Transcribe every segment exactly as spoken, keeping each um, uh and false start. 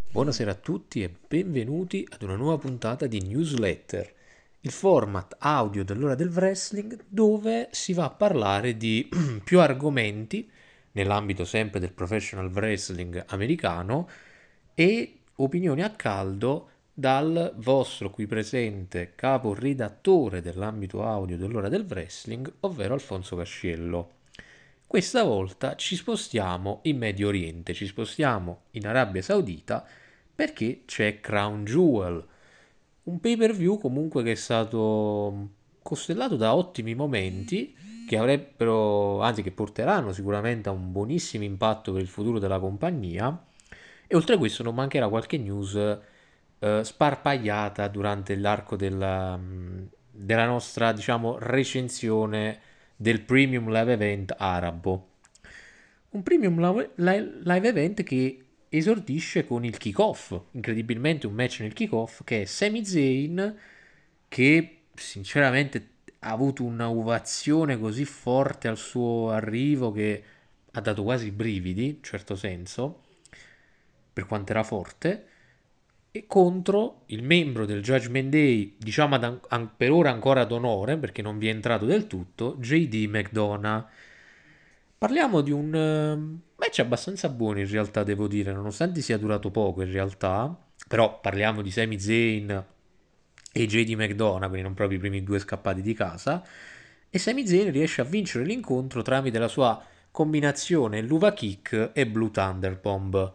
Buonasera a tutti e benvenuti ad una nuova puntata di Newsletter, il format audio dell'ora del wrestling dove si va a parlare di più argomenti nell'ambito sempre del professional wrestling americano e opinioni a caldo dal vostro qui presente capo redattore dell'ambito audio dell'ora del wrestling, ovvero Alfonso Casciello. Questa volta ci spostiamo in Medio Oriente, ci spostiamo in Arabia Saudita perché c'è Crown Jewel, un pay per view comunque che è stato costellato da ottimi momenti che avrebbero, anzi che porteranno sicuramente a un buonissimo impatto per il futuro della compagnia. E oltre a questo non mancherà qualche news eh, sparpagliata durante l'arco della, della nostra, diciamo, recensione del Premium Live Event arabo. Un Premium Live, live Event che esordisce con il kick-off, incredibilmente un match nel kick-off che è Sami Zayn che sinceramente ha avuto una ovazione così forte al suo arrivo che ha dato quasi i brividi, in certo senso, per quanto era forte, e contro il membro del Judgment Day, diciamo ad an- an- per ora ancora d'onore, perché non vi è entrato del tutto, J D McDonough. Parliamo di un eh, match abbastanza buono in realtà, devo dire, nonostante sia durato poco in realtà, però parliamo di Sami Zayn e J D McDonough, quindi non proprio i primi due scappati di casa, e Sami Zayn riesce a vincere l'incontro tramite la sua combinazione Luva Kick e Blue Thunder Bomb.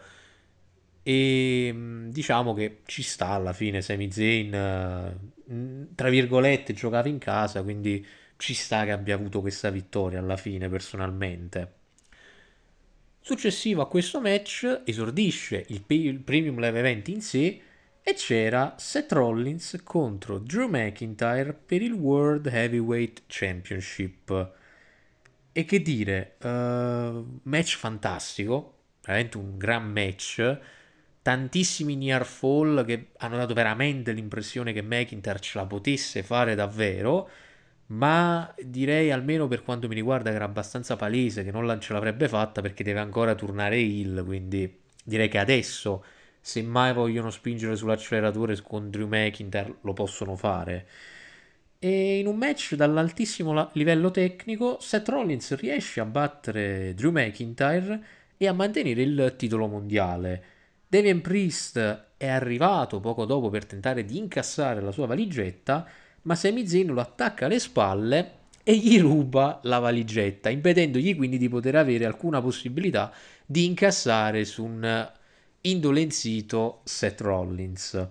E mh, diciamo che ci sta alla fine Sami Zayn, eh, mh, tra virgolette, giocava in casa, quindi ci sta che abbia avuto questa vittoria alla fine personalmente. Successivo a questo match esordisce il, il Premium Live Event in sé e c'era Seth Rollins contro Drew McIntyre per il World Heavyweight Championship. E che dire, eh, match fantastico, veramente un gran match, tantissimi near fall che hanno dato veramente l'impressione che McIntyre ce la potesse fare davvero, ma direi almeno per quanto mi riguarda che era abbastanza palese che non la- ce l'avrebbe fatta perché deve ancora tornare heel, quindi direi che adesso se mai vogliono spingere sull'acceleratore con Drew McIntyre lo possono fare. E in un match dall'altissimo la- livello tecnico, Seth Rollins riesce a battere Drew McIntyre e a mantenere il titolo mondiale. Damian Priest è arrivato poco dopo per tentare di incassare la sua valigetta, ma Sami Zayn lo attacca alle spalle e gli ruba la valigetta, impedendogli quindi di poter avere alcuna possibilità di incassare su un indolenzito Seth Rollins.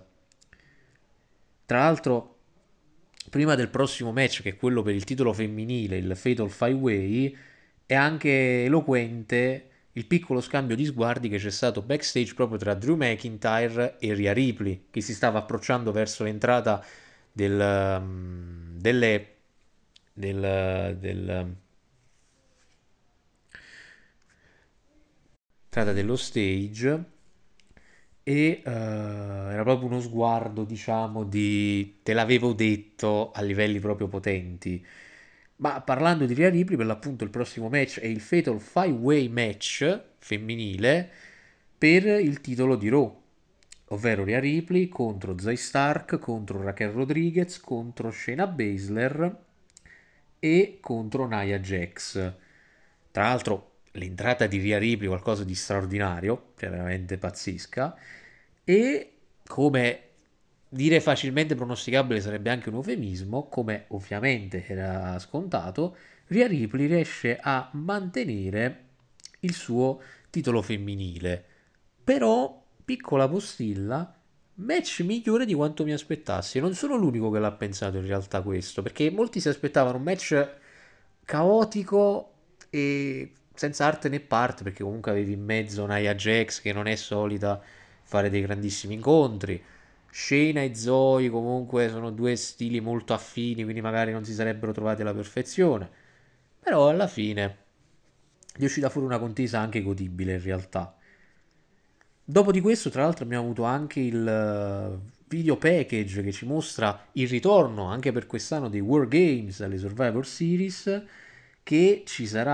Tra l'altro, prima del prossimo match, che è quello per il titolo femminile, il Fatal Five Way, è anche eloquente il piccolo scambio di sguardi che c'è stato backstage proprio tra Drew McIntyre e Rhea Ripley, che si stava approcciando verso l'entrata del, um, delle, del, del, entrata dello stage e eh, era proprio uno sguardo, diciamo, di te l'avevo detto a livelli proprio potenti. Ma parlando di Rhea Ripley, per l'appunto il prossimo match è il Fatal Five Way Match femminile per il titolo di Raw, ovvero Rhea Ripley contro Zoe Stark, contro Raquel Rodriguez, contro Shayna Baszler e contro Nia Jax. Tra l'altro, l'entrata di Rhea Ripley è qualcosa di straordinario, cioè veramente pazzesca. E come dire facilmente pronosticabile sarebbe anche un eufemismo, come ovviamente era scontato, Rhea Ripley riesce a mantenere il suo titolo femminile. Però, piccola postilla, match migliore di quanto mi aspettassi. E non sono l'unico che l'ha pensato in realtà questo, perché molti si aspettavano un match caotico e senza arte né parte, perché comunque avevi in mezzo Nia Jax che non è solita fare dei grandissimi incontri. Shayna e Zoe comunque sono due stili molto affini, quindi magari non si sarebbero trovati alla perfezione. Però alla fine è uscita fuori una contesa anche godibile in realtà. Dopo di questo, tra l'altro, abbiamo avuto anche il eh, video package che ci mostra il ritorno anche per quest'anno dei War Games alle Survivor Series, che ci sarà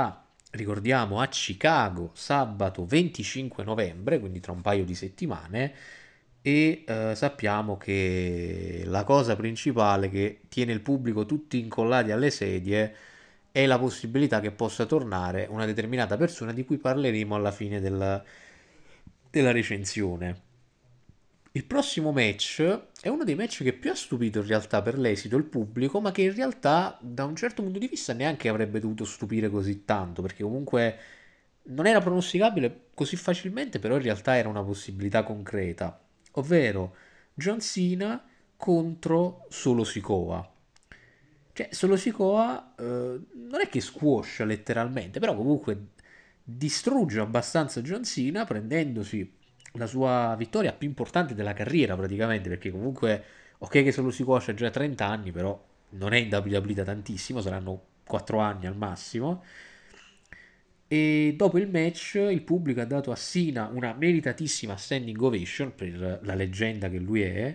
ricordiamo, a Chicago sabato venticinque novembre, quindi tra un paio di settimane, e eh, sappiamo che la cosa principale che tiene il pubblico tutti incollati alle sedie è la possibilità che possa tornare una determinata persona di cui parleremo alla fine del- della recensione. Il prossimo match è uno dei match che più ha stupito in realtà per l'esito il pubblico, ma che in realtà da un certo punto di vista neanche avrebbe dovuto stupire così tanto, perché comunque non era pronosticabile così facilmente, però in realtà era una possibilità concreta, ovvero John Cena contro Solo Sikoa. Cioè, Solo Sikoa eh, non è che squascia letteralmente, però comunque distrugge abbastanza John Cena prendendosi la sua vittoria più importante della carriera praticamente, perché comunque, ok che Solo Sikoa ha già trenta anni, però non è in W W E da tantissimo, saranno quattro anni al massimo. E dopo il match il pubblico ha dato a Cena una meritatissima standing ovation per la leggenda che lui è.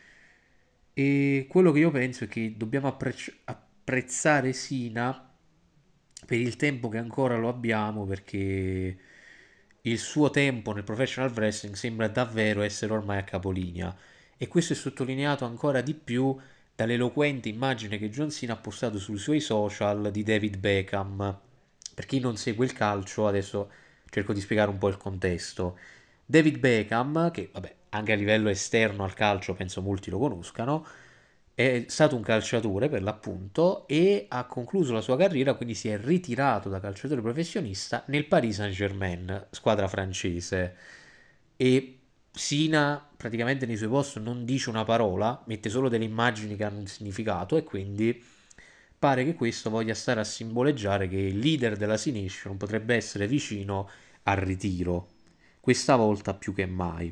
E quello che io penso è che dobbiamo apprezz- apprezzare Sina per il tempo che ancora lo abbiamo, perché il suo tempo nel professional wrestling sembra davvero essere ormai a capolinea. E questo è sottolineato ancora di più dall'eloquente immagine che John Cena ha postato sui suoi social di David Beckham. Per chi non segue il calcio, adesso cerco di spiegare un po' il contesto. David Beckham, che vabbè, anche a livello esterno al calcio penso molti lo conoscano, è stato un calciatore per l'appunto e ha concluso la sua carriera, quindi si è ritirato da calciatore professionista nel Paris Saint-Germain, squadra francese. E Sina praticamente nei suoi post non dice una parola, mette solo delle immagini che hanno un significato e quindi pare che questo voglia stare a simboleggiare che il leader della C-Nation potrebbe essere vicino al ritiro, questa volta più che mai.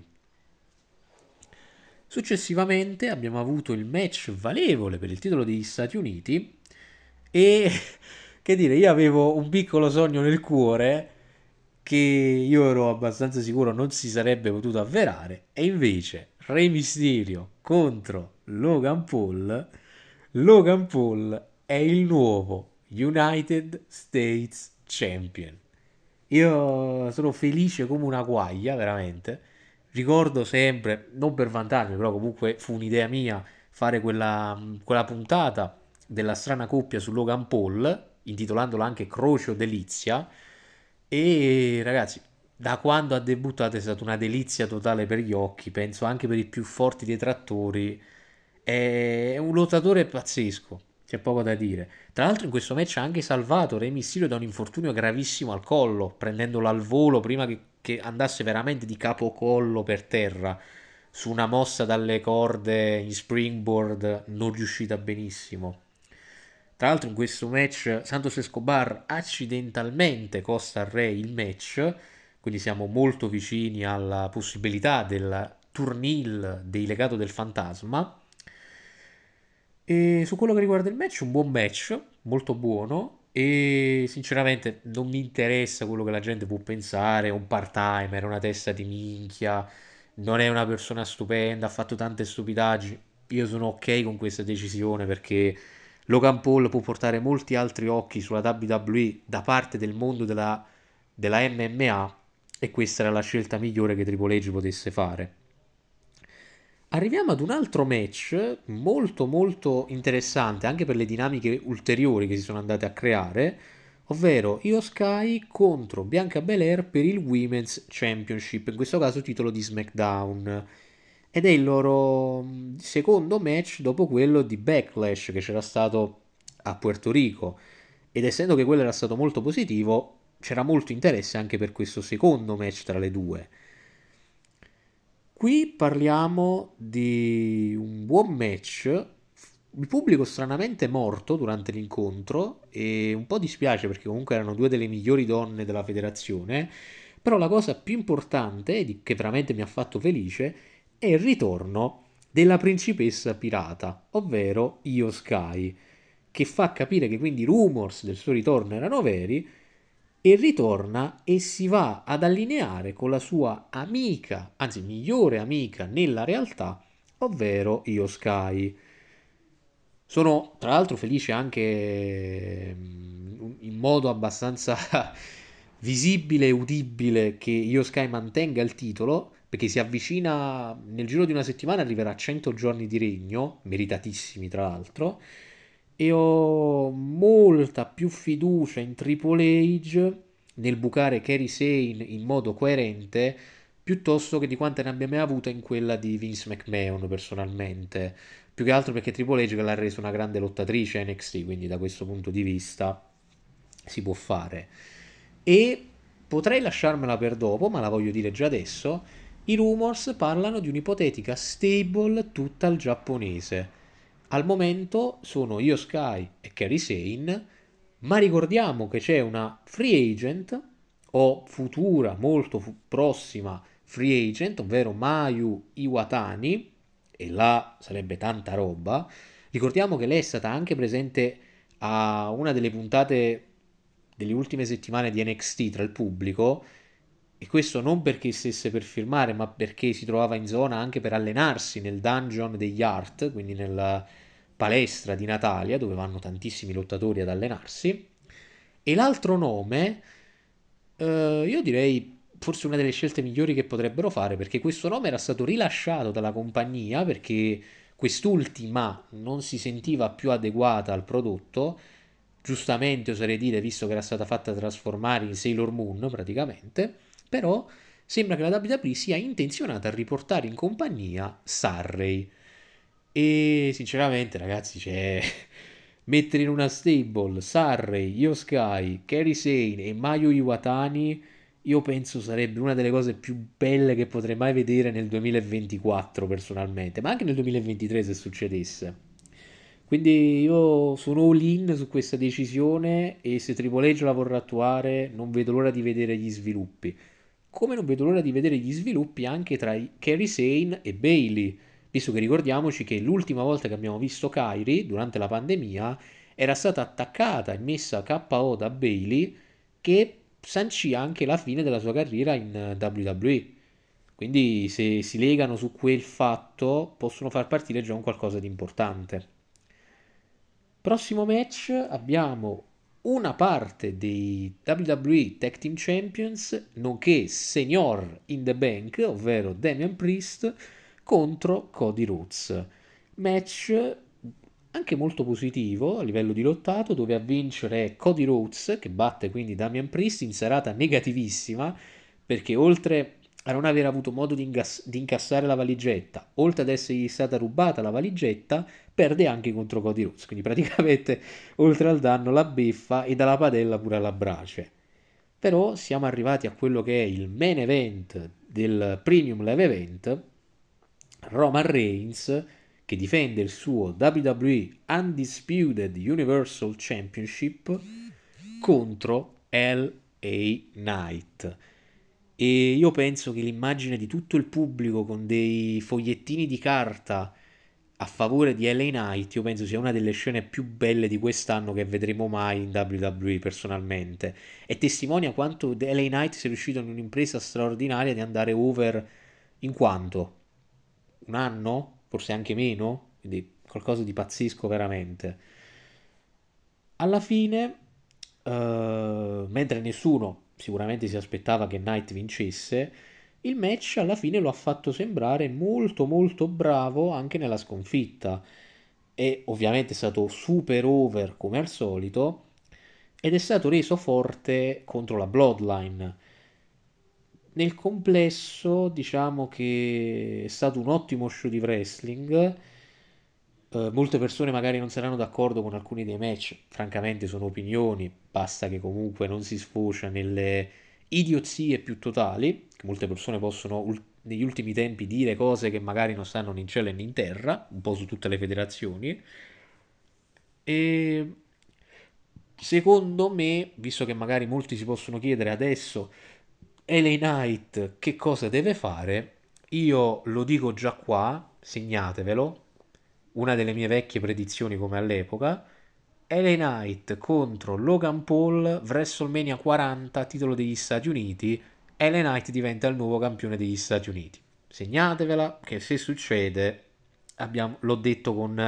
Successivamente abbiamo avuto il match valevole per il titolo degli Stati Uniti e che dire, io avevo un piccolo sogno nel cuore che io ero abbastanza sicuro non si sarebbe potuto avverare e invece Rey Mysterio contro Logan Paul. Logan Paul è il nuovo United States Champion. Io sono felice come una guaglia, veramente. Ricordo sempre, non per vantarmi, però comunque fu un'idea mia fare quella, quella puntata della strana coppia su Logan Paul, intitolandola anche Croce o Delizia. E ragazzi, da quando ha debuttato è stata una delizia totale per gli occhi, penso anche per i più forti detrattori. È un lottatore pazzesco, c'è poco da dire. Tra l'altro in questo match ha anche salvato Rey Mysterio da un infortunio gravissimo al collo, prendendolo al volo prima che, che andasse veramente di capocollo per terra, su una mossa dalle corde in springboard non riuscita benissimo. Tra l'altro in questo match Santos Escobar accidentalmente costa a Rey il match, quindi siamo molto vicini alla possibilità del turnil dei legato del fantasma. E su quello che riguarda il match, un buon match, molto buono. E sinceramente non mi interessa quello che la gente può pensare. È un part-timer, è una testa di minchia, non è una persona stupenda, ha fatto tante stupidaggini. Io sono ok con questa decisione perché Logan Paul può portare molti altri occhi sulla W W E da parte del mondo della, della M M A e questa era la scelta migliore che Triple H potesse fare. Arriviamo ad un altro match molto molto interessante anche per le dinamiche ulteriori che si sono andate a creare, ovvero Io Sky contro Bianca Belair per il Women's Championship, in questo caso titolo di SmackDown. Ed è il loro mm, secondo match dopo quello di Backlash che c'era stato a Puerto Rico. Ed essendo che quello era stato molto positivo, c'era molto interesse anche per questo secondo match tra le due. Qui parliamo di un buon match. Il pubblico stranamente è morto durante l'incontro e un po' dispiace perché comunque erano due delle migliori donne della federazione. Però la cosa più importante, e di- che veramente mi ha fatto felice, è il ritorno della principessa pirata, ovvero Io Sky, che fa capire che quindi i rumors del suo ritorno erano veri e ritorna e si va ad allineare con la sua amica, anzi migliore amica nella realtà, ovvero Io Sky. Sono tra l'altro felice anche mm, in modo abbastanza visibile e udibile che Io Sky mantenga il titolo, perché si avvicina nel giro di una settimana, arriverà a cento giorni di regno, meritatissimi tra l'altro, e ho molta più fiducia in Triple H nel bucare Kairi Sane in modo coerente piuttosto che di quante ne abbia mai avuta in quella di Vince McMahon personalmente. Più che altro perché Triple H che l'ha reso una grande lottatrice N X T, quindi da questo punto di vista si può fare. E potrei lasciarmela per dopo, ma la voglio dire già adesso. I rumors parlano di un'ipotetica stable tutta al giapponese. Al momento sono Io Sky e Kairi Sane, ma ricordiamo che c'è una free agent o futura, molto fu- prossima free agent, ovvero Mayu Iwatani, e là sarebbe tanta roba. Ricordiamo che lei è stata anche presente a una delle puntate delle ultime settimane di N X T tra il pubblico, e questo non perché stesse per firmare, ma perché si trovava in zona anche per allenarsi nel dungeon degli Art, quindi nella palestra di Natalia, dove vanno tantissimi lottatori ad allenarsi. E l'altro nome, eh, io direi forse una delle scelte migliori che potrebbero fare, perché questo nome era stato rilasciato dalla compagnia perché quest'ultima non si sentiva più adeguata al prodotto, giustamente oserei dire, visto che era stata fatta trasformare in Sailor Moon praticamente, però sembra che la W W E sia intenzionata a riportare in compagnia Sarrey. E sinceramente, ragazzi, c'è mettere in una stable Sarrey, Io Sky, Kairi Sane e Mayu Iwatani, io penso sarebbe una delle cose più belle che potrei mai vedere nel duemilaventiquattro personalmente, ma anche nel duemilaventitré se succedesse. Quindi io sono all in su questa decisione e se Triple H la vorrà attuare non vedo l'ora di vedere gli sviluppi. Come non vedo l'ora di vedere gli sviluppi anche tra Kairi Sane e Bailey, visto che ricordiamoci che l'ultima volta che abbiamo visto Kairi durante la pandemia era stata attaccata e messa K O da Bailey, che sancì anche la fine della sua carriera in W W E. Quindi se si legano su quel fatto possono far partire già un qualcosa di importante. Prossimo match abbiamo una parte dei W W E Tag Team Champions, nonché Senior in the Bank, ovvero Damian Priest, contro Cody Rhodes. Match anche molto positivo a livello di lottato, dove a vincere è Cody Rhodes, che batte quindi Damian Priest in serata negativissima, perché oltre a non aver avuto modo di, ingas- di incassare la valigetta, oltre ad essergli stata rubata la valigetta, perde anche contro Cody Rhodes. Quindi praticamente, oltre al danno, la beffa e dalla padella pure alla brace. Però siamo arrivati a quello che è il main event del Premium Live Event, Roman Reigns che difende il suo W W E Undisputed Universal Championship contro L A Knight. E io penso che l'immagine di tutto il pubblico con dei fogliettini di carta a favore di L A Knight, io penso sia una delle scene più belle di quest'anno che vedremo mai in W W E personalmente. E testimonia quanto L A Knight sia riuscito in un'impresa straordinaria di andare over in quanto? Un anno? Forse anche meno? Quindi qualcosa di pazzesco veramente. Alla fine, eh, mentre nessuno sicuramente si aspettava che Knight vincesse, il match alla fine lo ha fatto sembrare molto molto bravo anche nella sconfitta. E ovviamente è stato super over come al solito ed è stato reso forte contro la Bloodline. Nel complesso, diciamo che è stato un ottimo show di wrestling. Eh, molte persone magari non saranno d'accordo con alcuni dei match, francamente sono opinioni, basta che comunque non si sfocia nelle idiozie più totali, che molte persone possono ul- negli ultimi tempi dire cose che magari non stanno né in cielo né in terra, un po' su tutte le federazioni. E secondo me, visto che magari molti si possono chiedere adesso L A Knight che cosa deve fare, io lo dico già qua, segnatevelo, una delle mie vecchie predizioni come all'epoca, L A Knight contro Logan Paul, WrestleMania quaranta, titolo degli Stati Uniti, L A Knight diventa il nuovo campione degli Stati Uniti. Segnatevela che se succede, abbiamo, l'ho detto con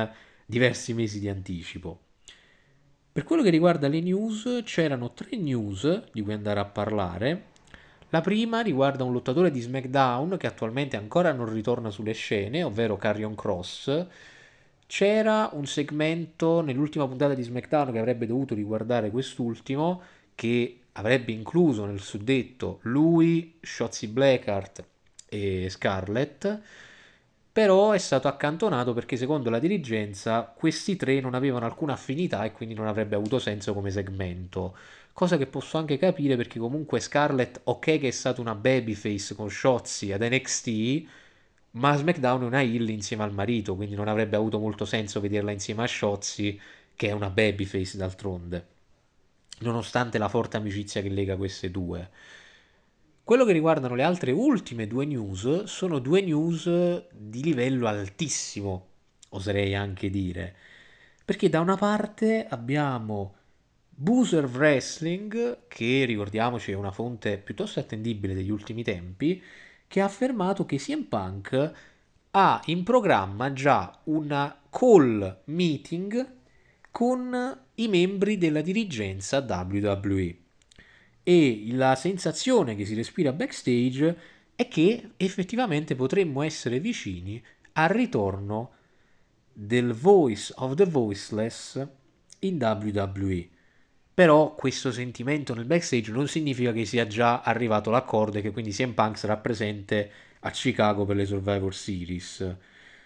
diversi mesi di anticipo. Per quello che riguarda le news, c'erano tre news di cui andare a parlare. La prima riguarda un lottatore di SmackDown che attualmente ancora non ritorna sulle scene, ovvero Karrion Kross. C'era un segmento nell'ultima puntata di SmackDown che avrebbe dovuto riguardare quest'ultimo, che avrebbe incluso nel suddetto lui, Shotzi Blackheart e Scarlett, però è stato accantonato perché secondo la dirigenza questi tre non avevano alcuna affinità e quindi non avrebbe avuto senso come segmento. Cosa che posso anche capire perché comunque Scarlett, ok che è stata una babyface con Shotzi ad N X T, ma SmackDown è una heel insieme al marito, quindi non avrebbe avuto molto senso vederla insieme a Shotzi, che è una babyface d'altronde, nonostante la forte amicizia che lega queste due. Quello che riguardano le altre ultime due news sono due news di livello altissimo, oserei anche dire. Perché da una parte abbiamo Boozer Wrestling, che ricordiamoci è una fonte piuttosto attendibile degli ultimi tempi, che ha affermato che C M Punk ha in programma già una call meeting con i membri della dirigenza W W E. E la sensazione che si respira backstage è che effettivamente potremmo essere vicini al ritorno del Voice of the Voiceless in W W E. Però questo sentimento nel backstage non significa che sia già arrivato l'accordo e che quindi C M Punk sarà presente a Chicago per le Survivor Series.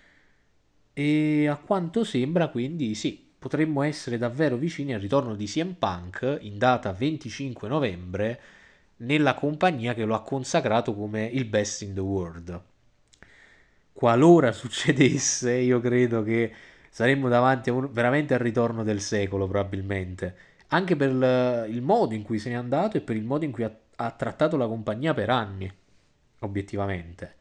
E a quanto sembra, quindi sì, potremmo essere davvero vicini al ritorno di C M Punk in data venticinque novembre nella compagnia che lo ha consacrato come il best in the world. Qualora succedesse, io credo che saremmo davanti a un, veramente al ritorno del secolo, probabilmente. Anche per il, il modo in cui se n'è andato e per il modo in cui ha, ha trattato la compagnia per anni, obiettivamente.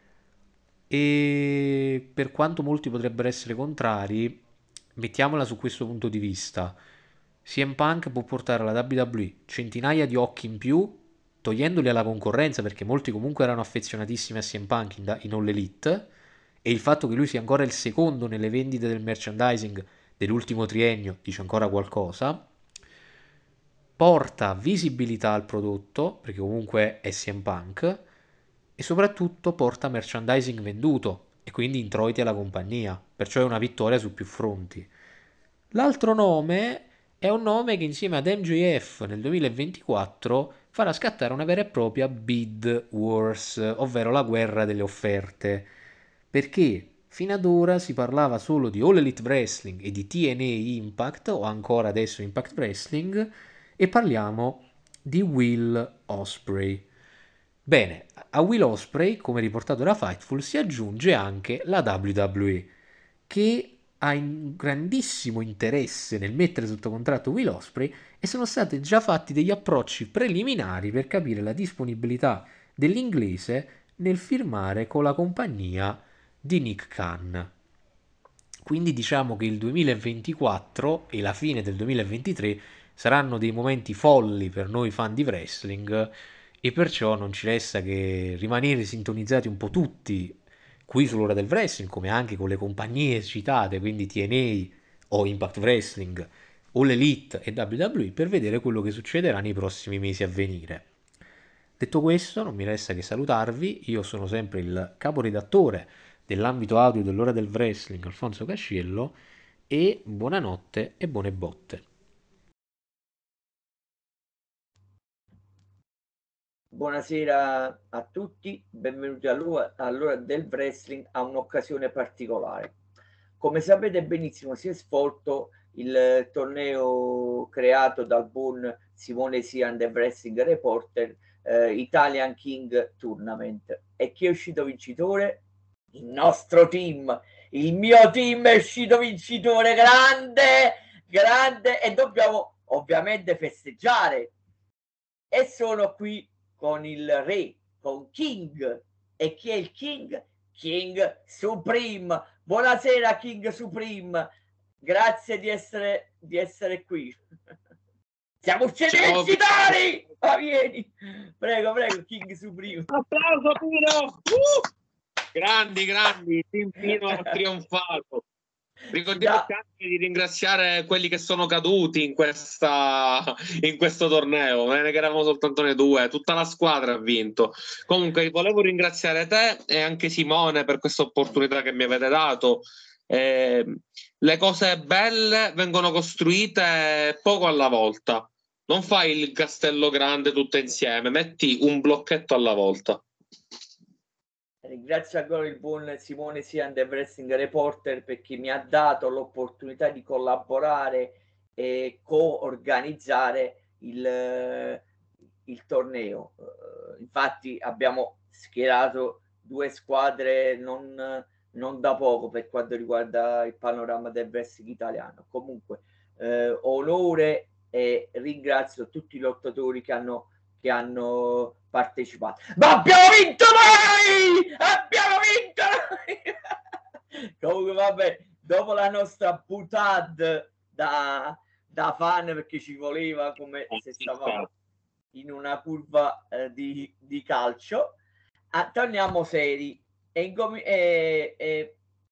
E per quanto molti potrebbero essere contrari, mettiamola su questo punto di vista. C M Punk può portare alla W W E centinaia di occhi in più, togliendoli alla concorrenza, perché molti comunque erano affezionatissimi a C M Punk in, da- in All Elite, e il fatto che lui sia ancora il secondo nelle vendite del merchandising dell'ultimo triennio dice ancora qualcosa. Porta visibilità al prodotto, perché comunque è C M Punk, e soprattutto porta merchandising venduto e quindi introiti alla compagnia, perciò è una vittoria su più fronti. L'altro nome è un nome che insieme ad M J F nel duemilaventiquattro farà scattare una vera e propria bid wars, ovvero la guerra delle offerte, perché fino ad ora si parlava solo di All Elite Wrestling e di T N A Impact, o ancora adesso Impact Wrestling, e parliamo di Will Ospreay. Bene, a Will Ospreay, come riportato da Fightful, si aggiunge anche la W W E, che ha un grandissimo interesse nel mettere sotto contratto Will Ospreay e sono stati già fatti degli approcci preliminari per capire la disponibilità dell'inglese nel firmare con la compagnia di Nick Khan. Quindi diciamo che il duemilaventiquattro e la fine del duemilaventitré saranno dei momenti folli per noi fan di wrestling e perciò non ci resta che rimanere sintonizzati un po' tutti qui sull'ora del wrestling, come anche con le compagnie citate, quindi T N A o Impact Wrestling, All Elite e W W E, per vedere quello che succederà nei prossimi mesi a venire. Detto questo, non mi resta che salutarvi. Io sono sempre il caporedattore dell'ambito audio dell'ora del wrestling, Alfonso Casciello, e buonanotte e buone botte. Buonasera a tutti, benvenuti all'ora, all'ora del wrestling a un'occasione particolare. Come sapete benissimo si è svolto il torneo creato dal buon Simone Sian del Wrestling Reporter, eh, Italian King Tournament. E chi è uscito vincitore? Il nostro team, il mio team è uscito vincitore, grande, grande, e dobbiamo ovviamente festeggiare. E sono qui con il re, con King. E chi è il King? King Supreme. Buonasera King Supreme, grazie di essere, di essere qui. Siamo usciti vincitori! Ma vieni, prego, prego, King Supreme. Applauso Pino! Uh! Grandi, grandi, Team Pino ha trionfato. Ricordiamoci anche di ringraziare quelli che sono caduti in, questa, in questo torneo, non è che eravamo soltanto noi due, tutta la squadra ha vinto. Comunque volevo ringraziare te e anche Simone per questa opportunità che mi avete dato. Eh, le cose belle vengono costruite poco alla volta. Non fai il castello grande tutto insieme, metti un blocchetto alla volta. Ringrazio ancora il buon Simone Sian del Wrestling Reporter perché mi ha dato l'opportunità di collaborare e co-organizzare il, il torneo. Uh, infatti abbiamo schierato due squadre non, non da poco per quanto riguarda il panorama del wrestling italiano. Comunque, eh, onore e ringrazio tutti i lottatori che hanno che hanno partecipato. Ma abbiamo vinto noi! Abbiamo vinto noi! Comunque vabbè, dopo la nostra butad da, da fan perché ci voleva come se stavamo in una curva eh, di, di calcio, ah, torniamo seri e, e, e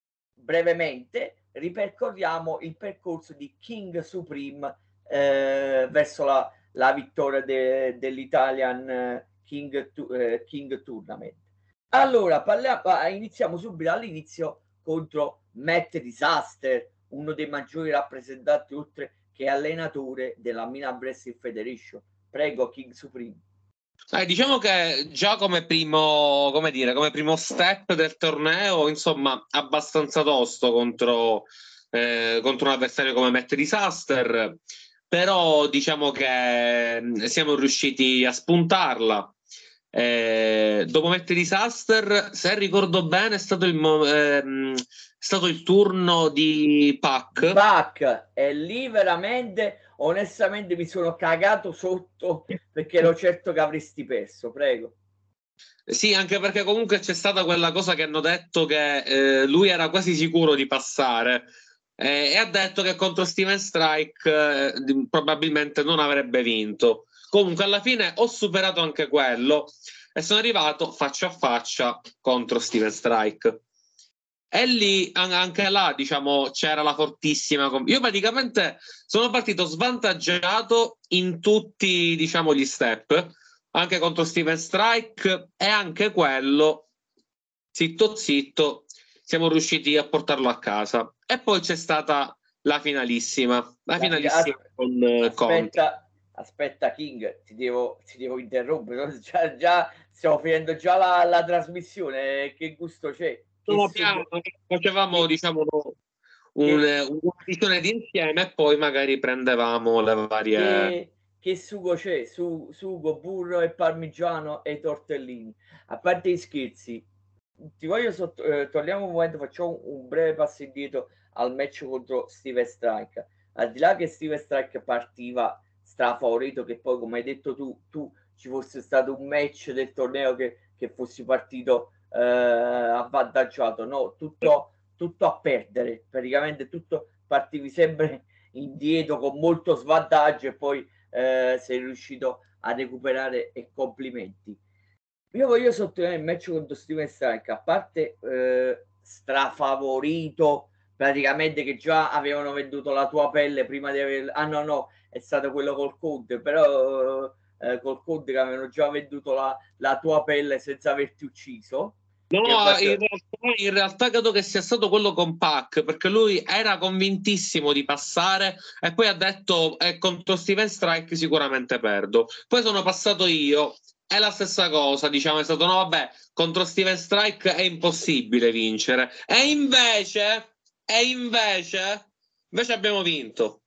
brevemente ripercorriamo il percorso di King Supreme eh, verso la la vittoria de, dell'Italian King, eh, King Tournament. Allora, parliamo, iniziamo subito all'inizio contro Matt Disaster, uno dei maggiori rappresentanti oltre che allenatore della Milan Wrestling Federation. Prego, King Supreme. Eh, diciamo che già come primo, come dire, come primo step del torneo, insomma, abbastanza tosto contro, eh, contro un avversario come Matt Disaster. Però diciamo che siamo riusciti a spuntarla. Eh, dopo Matt Disaster, se ricordo bene, è stato il, ehm, è stato il turno di Pac. Pac, e lì veramente, onestamente, mi sono cagato sotto perché ero certo che avresti perso. Prego. Sì, anche perché comunque c'è stata quella cosa che hanno detto che eh, lui era quasi sicuro di passare. Eh, e ha detto che contro Steven Strike eh, probabilmente non avrebbe vinto. Comunque alla fine ho superato anche quello e sono arrivato faccia a faccia contro Steven Strike. E lì anche là, diciamo, c'era la fortissima. Io praticamente sono partito svantaggiato in tutti, diciamo, gli step, anche contro Steven Strike, e anche quello, zitto zitto, siamo riusciti a portarlo a casa. E poi c'è stata la finalissima, la, la finalissima as- con uh, aspetta, aspetta King, ti devo, ti devo interrompere, già, già stiamo finendo già la, la trasmissione, che gusto c'è? Che no, sugo, piano, facevamo che, diciamo un, che, una visione di insieme e poi magari prendevamo le varie. che, che sugo c'è? Su, sugo, burro e parmigiano e tortellini. A parte gli scherzi, ti voglio sotto, eh, togliamo un momento, facciamo un, un breve passo indietro al match contro Steven Strike. Al di là che Steven Strike partiva strafavorito, che poi come hai detto tu, tu ci fosse stato un match del torneo che, che fossi partito eh, avvantaggiato, no, tutto, tutto a perdere, praticamente tutto, partivi sempre indietro con molto svantaggio e poi eh, sei riuscito a recuperare, e complimenti. Io voglio sottolineare il match contro Steven Strike, a parte eh, strafavorito, praticamente, che già avevano venduto la tua pelle prima di aver... Ah no, no, è stato quello col Conte, però eh, col Conte che avevano già venduto la, la tua pelle senza averti ucciso. No, fatto... in realtà, in realtà credo che sia stato quello con Pac, perché lui era convintissimo di passare e poi ha detto eh, contro Steven Strike sicuramente perdo. Poi sono passato io, è la stessa cosa, diciamo, è stato no vabbè, contro Steven Strike è impossibile vincere. E invece, e invece, invece abbiamo vinto.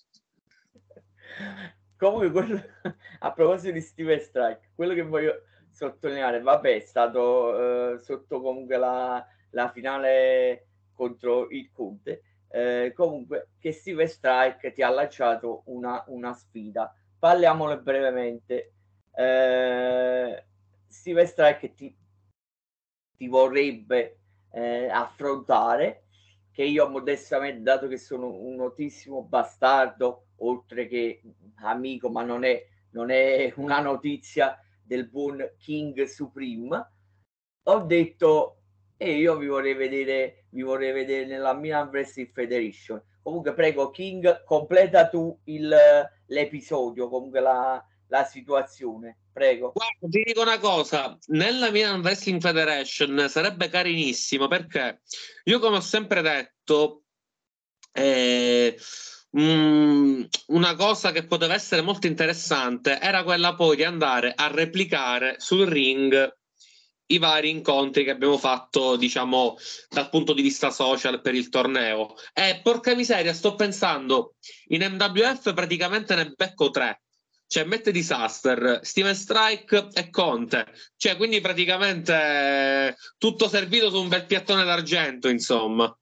Comunque, quello, a proposito di Steven Strike, quello che voglio sottolineare, vabbè, è stato eh, sotto comunque la, la finale contro il Conte. Eh, comunque, che Steven Strike ti ha lanciato una, una sfida. Parliamone brevemente. Eh, Steven Strike ti, ti vorrebbe eh, affrontare, che io modestamente, dato che sono un notissimo bastardo, oltre che amico, ma non è, non è una notizia del buon King Supreme, ho detto e io vi vorrei vedere, vi vorrei vedere nella Milan Wrestling Federation. Comunque prego King, completa tu il, l'episodio, comunque la, la situazione, prego. Guarda, ti dico una cosa, nella Milan Wrestling Federation sarebbe carinissimo, perché io, come ho sempre detto, eh, mh, una cosa che poteva essere molto interessante era quella poi di andare a replicare sul ring i vari incontri che abbiamo fatto, diciamo, dal punto di vista social per il torneo. E porca miseria, sto pensando, in M W F praticamente ne becco tre. Cioè, Matt Disaster, Steven Strike e Conte. Cioè, quindi praticamente eh, tutto servito su un bel piattone d'argento, insomma.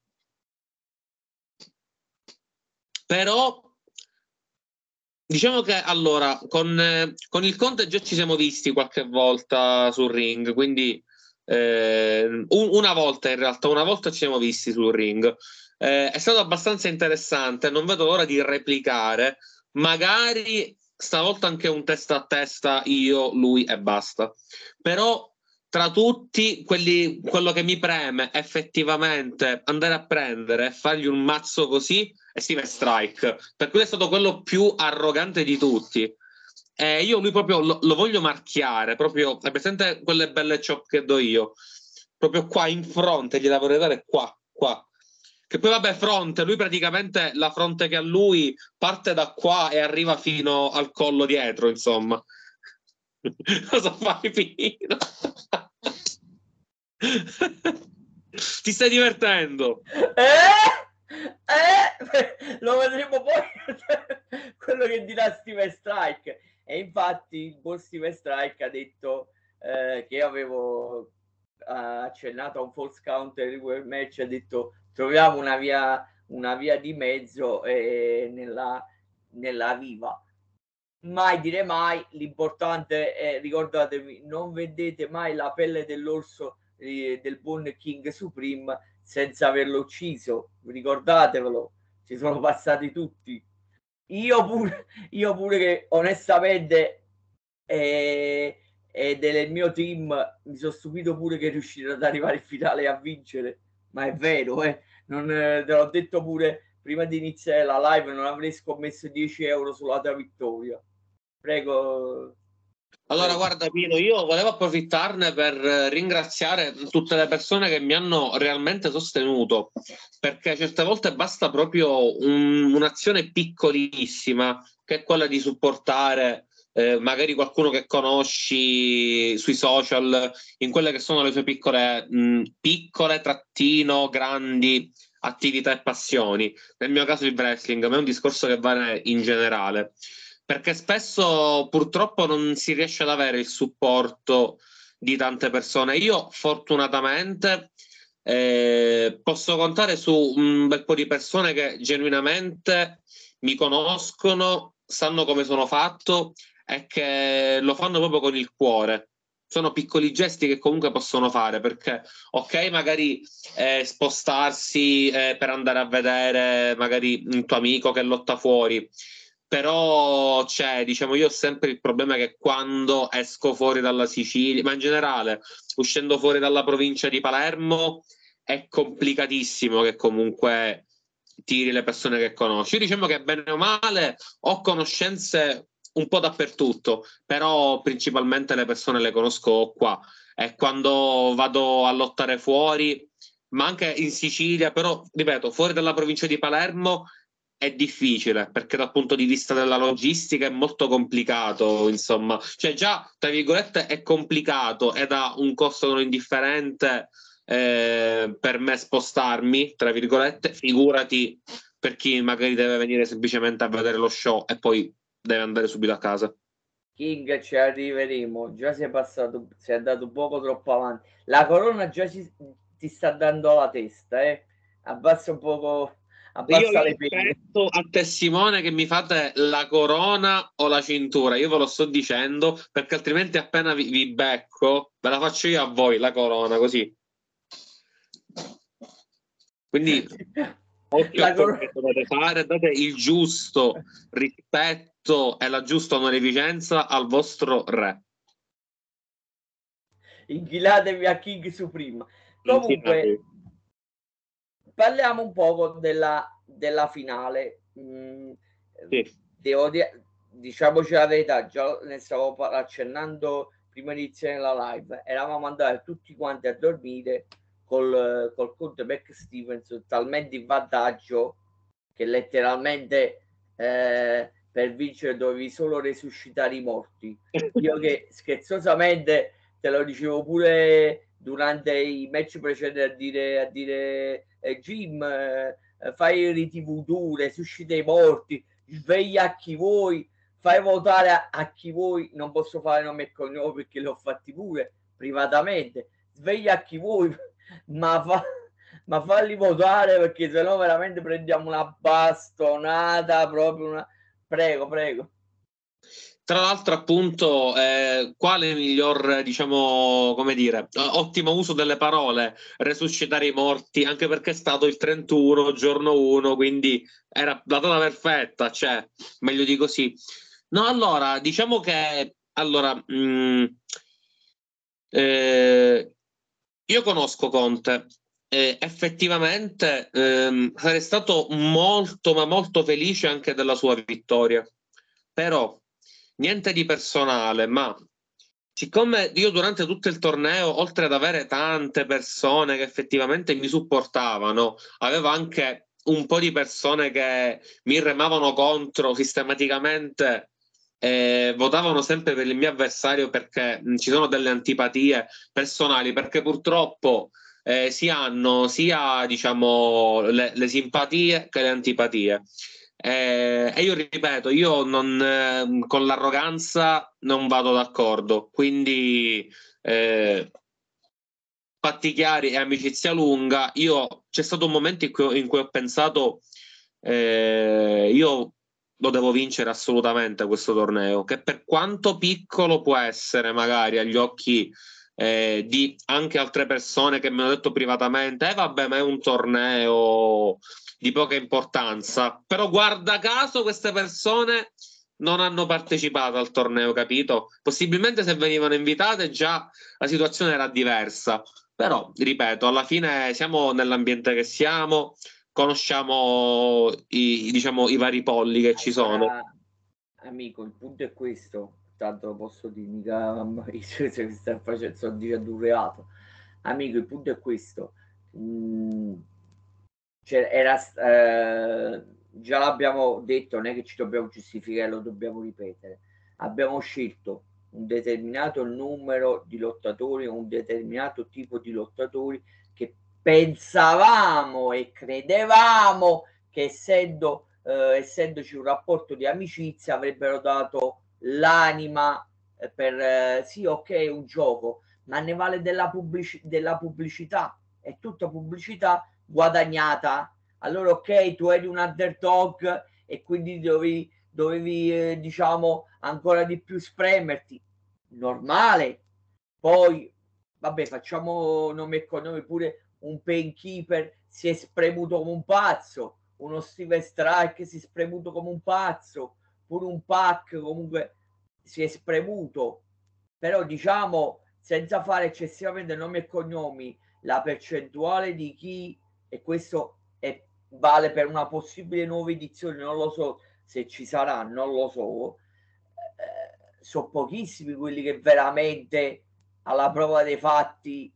Però diciamo che allora con, eh, con il Conte già ci siamo visti qualche volta sul ring, quindi eh, un- una volta in realtà, una volta ci siamo visti sul ring. Eh, è stato abbastanza interessante, non vedo l'ora di replicare, magari stavolta anche un testa a testa io, lui e basta. Però tra tutti quelli, quello che mi preme effettivamente andare a prendere e fargli un mazzo così è Steven Strike, per cui è stato quello più arrogante di tutti. E io lui proprio lo, lo voglio marchiare, proprio, è presente quelle belle chop che do io? Proprio qua in fronte, gliela vorrei dare qua, qua. Che poi vabbè, fronte, lui praticamente la fronte che ha lui parte da qua e arriva fino al collo dietro, insomma. Cosa fai, Pino? Ti stai divertendo? Eh? Eh? Lo vedremo poi quello che dirà Steven Strike. E infatti il buon Steven Strike ha detto eh, che avevo accennato a un false counter di quel match, ha detto troviamo una via, una via di mezzo eh, nella, nella viva. Mai dire mai, l'importante è, ricordatevi, non vendete mai la pelle dell'orso eh, del buon King Supreme senza averlo ucciso, ricordatevelo, ci sono passati tutti. Io pure, io pure che onestamente eh, e del mio team mi sono stupito pure che riuscire ad arrivare in finale e a vincere, ma è vero, eh. Non, eh, te l'ho detto pure prima di iniziare la live, non avrei scommesso dieci euro sulla tua vittoria. Prego. Allora, Prego. guarda Pino, io volevo approfittarne per eh, ringraziare tutte le persone che mi hanno realmente sostenuto, perché certe volte basta proprio un- un'azione piccolissima, che è quella di supportare eh, magari qualcuno che conosci sui social, in quelle che sono le sue piccole, mh, piccole, trattino, grandi attività e passioni. Nel mio caso il wrestling, ma è un discorso che vale in generale, perché spesso purtroppo non si riesce ad avere il supporto di tante persone. Io fortunatamente eh, posso contare su un bel po' di persone che genuinamente mi conoscono, sanno come sono fatto e che lo fanno proprio con il cuore. Sono piccoli gesti che comunque possono fare, perché ok, magari eh, spostarsi eh, per andare a vedere magari un tuo amico che lotta fuori, però c'è, diciamo, io ho sempre il problema che quando esco fuori dalla Sicilia, ma in generale uscendo fuori dalla provincia di Palermo, è complicatissimo che comunque tiri le persone che conosci. Io diciamo che bene o male ho conoscenze un po' dappertutto, però principalmente le persone le conosco qua. E quando vado a lottare fuori, ma anche in Sicilia, però ripeto, fuori dalla provincia di Palermo è difficile, perché dal punto di vista della logistica è molto complicato, insomma. Cioè già, tra virgolette, è complicato ed ha un costo non indifferente eh, per me spostarmi, tra virgolette, figurati per chi magari deve venire semplicemente a vedere lo show e poi deve andare subito a casa. King, ci arriveremo. Già si è passato, si è andato poco troppo avanti. La corona già ci, ti sta dando la testa, eh. Abbassa un poco, Io, abbassa io le penne. aspetto a testimone che mi fate la corona o la cintura, io ve lo sto dicendo, perché altrimenti appena vi, vi becco, ve la faccio io a voi la corona, così. Quindi occhio La a quello corona... che dovete fare, date il giusto rispetto e la giusta onorificenza al vostro re. Inchilatevi a King Supreme. Comunque, parliamo un poco della, della finale. Mm, sì. devo dire, diciamoci la verità, già ne stavo accennando prima di iniziare la live, eravamo andati tutti quanti a dormire col, col conte Mac Stevens talmente in vantaggio che letteralmente eh, per vincere dovevi solo resuscitare i morti. Io che scherzosamente te lo dicevo pure durante i match precedenti a dire, a dire eh, Jim, eh, fai i riti voodoo, resuscita i morti, sveglia a chi vuoi, fai votare a, a chi vuoi, non posso fare nome e cognome perché li ho fatti pure privatamente, sveglia a chi vuoi, ma, fa, ma falli votare perché sennò veramente prendiamo una bastonata, proprio una... Prego, prego. Tra l'altro, appunto, eh, quale miglior, diciamo, come dire, ottimo uso delle parole, resuscitare i morti, anche perché è stato il trentuno, giorno uno, quindi era la data perfetta, cioè, meglio di così. No, allora, diciamo che, allora, mh, eh, io conosco Conte, eh, effettivamente ehm, sarei stato molto, ma molto felice anche della sua vittoria, però niente di personale, ma siccome io durante tutto il torneo, oltre ad avere tante persone che effettivamente mi supportavano, avevo anche un po' di persone che mi remavano contro sistematicamente e votavano sempre per il mio avversario perché mh, ci sono delle antipatie personali, perché purtroppo eh, si hanno sia, diciamo, le, le simpatie che le antipatie. Eh, e io ripeto, io non, eh, con l'arroganza non vado d'accordo, quindi eh, fatti chiari e amicizia lunga. Io c'è stato un momento in cui, in cui ho pensato eh, io lo devo vincere assolutamente questo torneo, che per quanto piccolo può essere magari agli occhi eh, di anche altre persone che mi hanno detto privatamente, eh vabbè, ma è un torneo di poca importanza, però guarda caso queste persone non hanno partecipato al torneo, capito? Possibilmente se venivano invitate già la situazione era diversa, però ripeto, alla fine siamo nell'ambiente che siamo, conosciamo i, diciamo, i vari polli che ci sono. Allora, amico, il punto è questo, tanto lo posso dire, mica se sta facendo, sto dicendo un reato. Amico, il punto è questo. Mm, cioè, era, eh, già l'abbiamo detto, non è che ci dobbiamo giustificare, lo dobbiamo ripetere. Abbiamo scelto un determinato numero di lottatori, un determinato tipo di lottatori che pensavamo e credevamo che essendo eh, essendoci un rapporto di amicizia avrebbero dato l'anima per eh, sì, ok, un gioco, ma ne vale della, pubblici- della pubblicità, è tutta pubblicità guadagnata. Allora, ok, tu eri un underdog e quindi dovevi, dovevi eh, diciamo, ancora di più spremerti. Normale. Poi, vabbè, facciamo nome e cognome pure un Painkeeper si è spremuto come un pazzo, uno Steven Strike si è spremuto come un pazzo, pure un Pac comunque si è spremuto, però diciamo senza fare eccessivamente nomi e cognomi, la percentuale di chi, e questo è, vale per una possibile nuova edizione, non lo so se ci sarà, non lo so, eh, sono pochissimi quelli che veramente alla prova dei fatti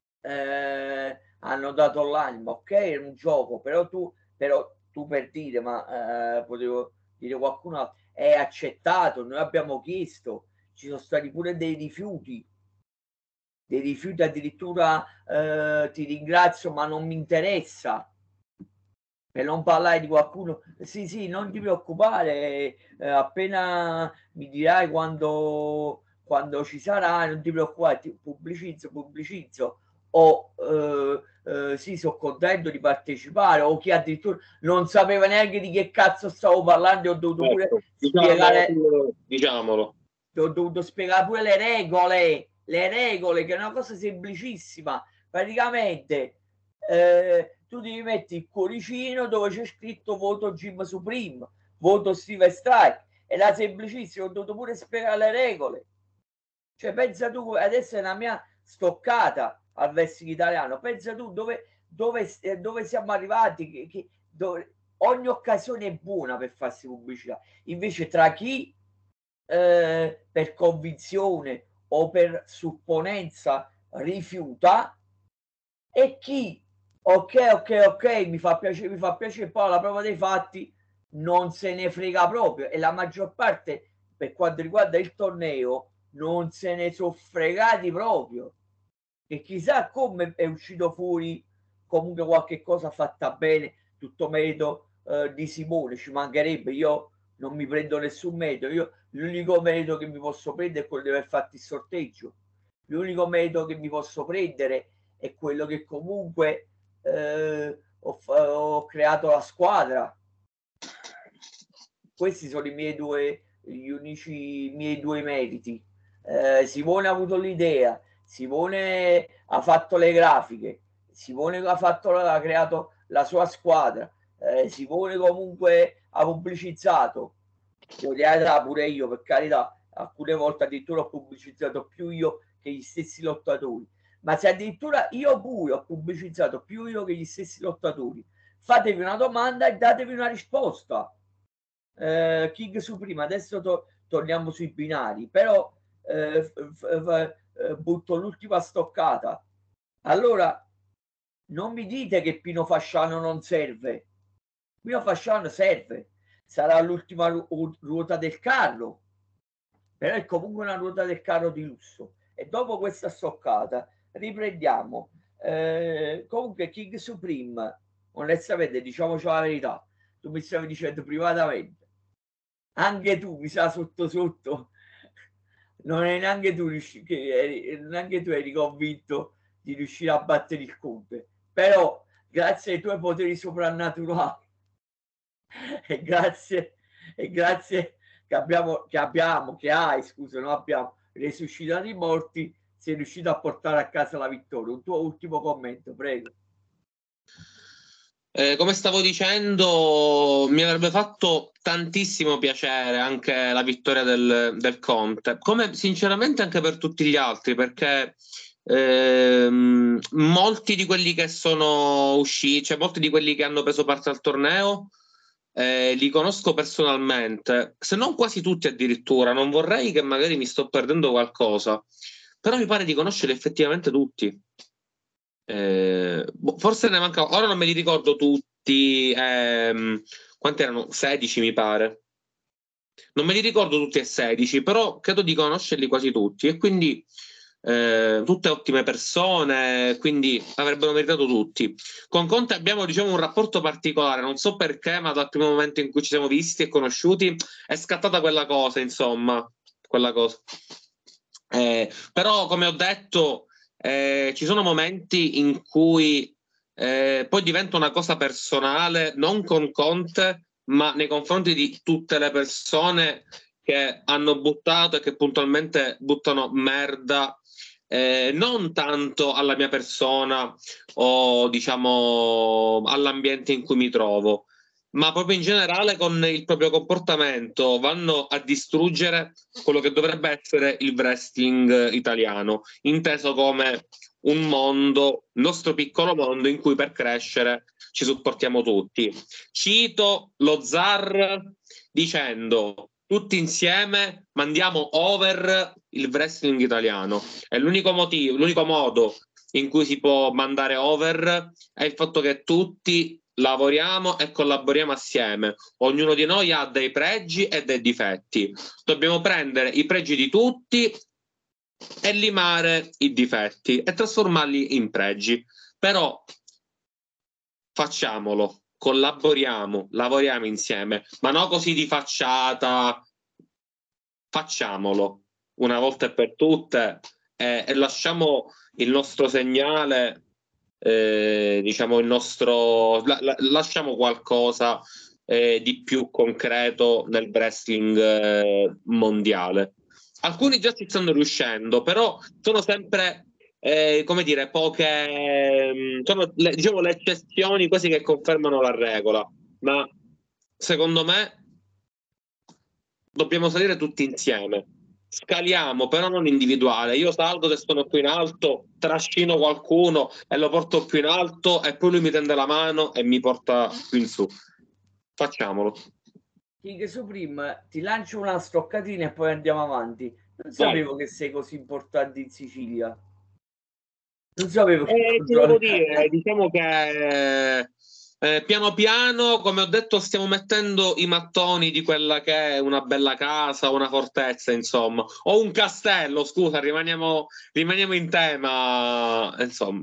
eh, hanno dato l'anima, ok, è un gioco, però tu, però tu per dire, ma eh, potevo dire qualcuno altro, è accettato, noi abbiamo chiesto, ci sono stati pure dei rifiuti, dei rifiuti addirittura eh, ti ringrazio ma non mi interessa, per non parlare di qualcuno, sì sì, non ti preoccupare, eh, appena mi dirai quando, quando ci sarà, non ti preoccupare, ti pubblicizzo, pubblicizzo, o eh, eh, sì, sono contento di partecipare, o chi addirittura non sapeva neanche di che cazzo stavo parlando, ho dovuto pure Ecco, spiegare, diciamolo, diciamolo. ho dovuto spiegare pure le regole, le regole, che è una cosa semplicissima, praticamente eh, tu devi mettere il cuoricino dove c'è scritto voto Jim Supreme, voto Steve Strike, era semplicissimo, ho dovuto pure spiegare le regole, cioè pensa tu, adesso è una mia stoccata, al wrestling italiano. Pensa tu dove, dove, dove siamo arrivati, che, che, dove, ogni occasione è buona per farsi pubblicità. Invece tra chi eh, per convinzione o per supponenza rifiuta e chi ok ok ok mi fa piacere mi fa piacere, poi alla prova dei fatti non se ne frega proprio, e la maggior parte per quanto riguarda il torneo non se ne sono fregati proprio, e chissà come è uscito fuori comunque qualche cosa fatta bene, tutto merito eh, di Simone, ci mancherebbe, io non mi prendo nessun merito, io l'unico merito che mi posso prendere è quello di aver fatto il sorteggio, l'unico merito che mi posso prendere è quello che comunque eh, ho, ho creato la squadra. Questi sono i miei due, gli unici miei due meriti. Eh, Simone ha avuto l'idea, Simone ha fatto le grafiche, Simone ha, fatto, ha creato la sua squadra, eh, Simone comunque ha pubblicizzato, pure io per carità, alcune volte addirittura ho pubblicizzato più io che gli stessi lottatori, ma se addirittura io pure ho pubblicizzato più io che gli stessi lottatori, fatevi una domanda e datevi una risposta. Eh, King Supreme, adesso to- torniamo sui binari, però eh, f- f- eh, butto l'ultima stoccata. Allora, non mi dite che Pino Fasciano non serve. Pino Fasciano serve, sarà l'ultima ru- ruota del carro, però è comunque una ruota del carro di lusso. E dopo questa stoccata riprendiamo. Eh, comunque King Supreme, onestamente, diciamoci la verità, tu mi stavi dicendo privatamente, anche tu mi sa sotto sotto non è neanche tu riuscito, che neanche tu eri convinto di riuscire a battere il Conte, però grazie ai tuoi poteri soprannaturali e grazie e grazie che abbiamo che abbiamo che hai scusa non abbiamo resuscitato i morti, sei riuscito a portare a casa la vittoria. Un tuo ultimo commento, prego. Eh, come stavo dicendo, mi avrebbe fatto tantissimo piacere anche la vittoria del, del Conte, come sinceramente anche per tutti gli altri, perché ehm, molti di quelli che sono usciti, cioè molti di quelli che hanno preso parte al torneo, eh, li conosco personalmente, se non quasi tutti addirittura. Non vorrei che magari mi sto perdendo qualcosa, però mi pare di conoscere effettivamente tutti. Eh, boh, forse ne manca, ora non me li ricordo tutti, ehm, quanti erano? sedici mi pare. Non me li ricordo tutti e sedici, però credo di conoscerli quasi tutti, e quindi eh, tutte ottime persone, quindi avrebbero meritato tutti. Con Conte abbiamo, diciamo, un rapporto particolare, non so perché, ma dal primo momento in cui ci siamo visti e conosciuti è scattata quella cosa, insomma, quella cosa. Eh, però, come ho detto, eh, ci sono momenti in cui eh, poi diventa una cosa personale, non con Conte, ma nei confronti di tutte le persone che hanno buttato e che puntualmente buttano merda, eh, non tanto alla mia persona o diciamo all'ambiente in cui mi trovo, ma proprio in generale con il proprio comportamento vanno a distruggere quello che dovrebbe essere il wrestling italiano, inteso come un mondo, il nostro piccolo mondo in cui per crescere ci supportiamo tutti. Cito lo zar dicendo: tutti insieme mandiamo over il wrestling italiano. È l'unico motivo, l'unico modo in cui si può mandare over è il fatto che tutti lavoriamo e collaboriamo assieme. Ognuno di noi ha dei pregi e dei difetti. Dobbiamo prendere i pregi di tutti e limare i difetti e trasformarli in pregi. Però facciamolo, collaboriamo, lavoriamo insieme, ma non così di facciata. Facciamolo una volta e per tutte, e, e lasciamo il nostro segnale, eh, diciamo il nostro, la, la, lasciamo qualcosa eh, di più concreto nel wrestling eh, mondiale. Alcuni già ci stanno riuscendo, però sono sempre eh, come dire, poche, sono le, diciamo, le eccezioni quasi che confermano la regola, ma secondo me dobbiamo salire tutti insieme. scaliamo, però non individuale. Io salgo se sono qui in alto, trascino qualcuno e lo porto più in alto e poi lui mi tende la mano e mi porta più in su. Facciamolo. King Supreme, ti lancio una stoccatina e poi andiamo avanti. Non sapevo Vai. che sei così importante in Sicilia. Non sapevo che Eh, ti controlli. devo dire, diciamo che eh, piano piano, come ho detto, stiamo mettendo i mattoni di quella che è una bella casa, una fortezza, insomma, o un castello, scusa, rimaniamo, rimaniamo in tema, insomma.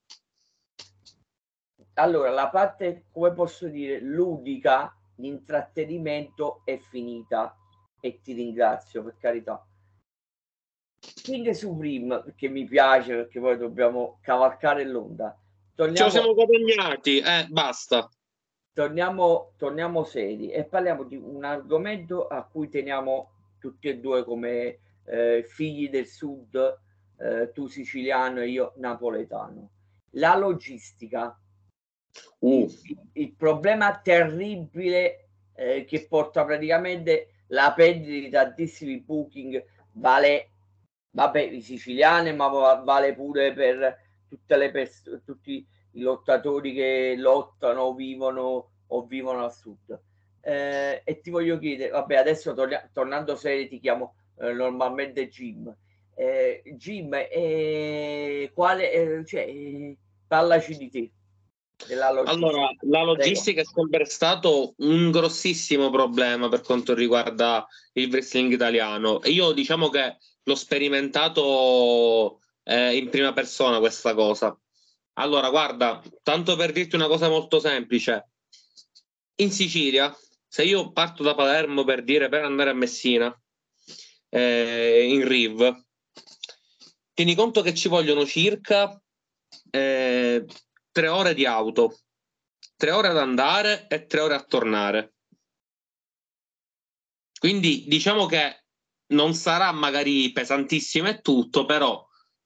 Allora, la parte, come posso dire, ludica, l'intrattenimento è finita e ti ringrazio, per carità. King Supreme, perché mi piace, perché poi dobbiamo cavalcare l'onda. Ce lo Torniamo, siamo guadagnati, eh, basta. torniamo, torniamo seri e parliamo di un argomento a cui teniamo tutti e due come eh, figli del sud, eh, tu siciliano e io napoletano. La logistica. Uh. Il, il problema terribile eh, che porta praticamente la perdita di tantissimi booking vale, vabbè, i siciliani, ma vale pure per tutte le persone, tutti i lottatori che lottano o vivono o vivono al sud. Eh, e ti voglio chiedere, vabbè, adesso torna, tornando serie ti chiamo eh, normalmente Jim. Eh, Jim, eh, quale, eh, cioè, parlaci di te. Della Allora, logistica. la logistica Prego. è sempre stato un grossissimo problema per quanto riguarda il wrestling italiano. E io diciamo che l'ho sperimentato eh, in prima persona questa cosa. Allora, guarda, tanto per dirti una cosa molto semplice, in Sicilia, se io parto da Palermo per dire per andare a Messina, eh, in R I V, tieni conto che ci vogliono circa eh, tre ore di auto, tre ore ad andare e tre ore a tornare. Quindi diciamo che non sarà magari pesantissimo e tutto, però